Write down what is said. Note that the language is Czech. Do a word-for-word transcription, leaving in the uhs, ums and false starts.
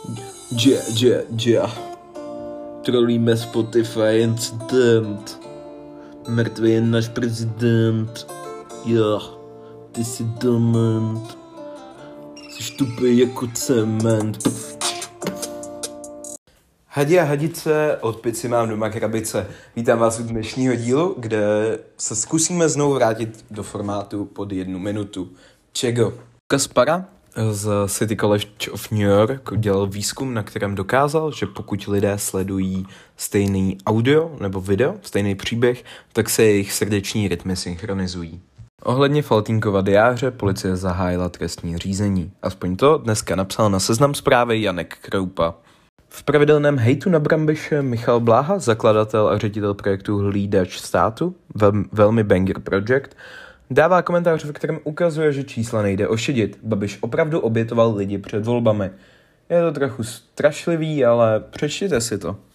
Dže, dže, dže. Trolíme Spotify incident. Mrtvý je náš prezident. Jo, ty jsi dement. Jsi tupý jako cement. Hadi a hadice, od pici mám doma krabice. Vítám vás u dnešního dílu, kde se zkusíme znovu vrátit do formátu pod jednu minutu. Čego? Kaspara z City College of New York dělal výzkum, na kterém dokázal, že pokud lidé sledují stejný audio nebo video, stejný příběh, tak se jejich srdeční rytmy synchronizují. Ohledně Faltýnkova diáře policie zahájila trestní řízení. Aspoň to dneska napsal na Seznam Zprávy Janek Kroupa. V pravidelném hejtu na Brambiše Michal Bláha, zakladatel a ředitel projektu Hlídač státu, vel, velmi banger project, dává komentář, ve kterém ukazuje, že čísla nejde ošidit. Babiš opravdu obětoval lidi před volbami. Je to trochu strašlivý, ale přečtěte si to.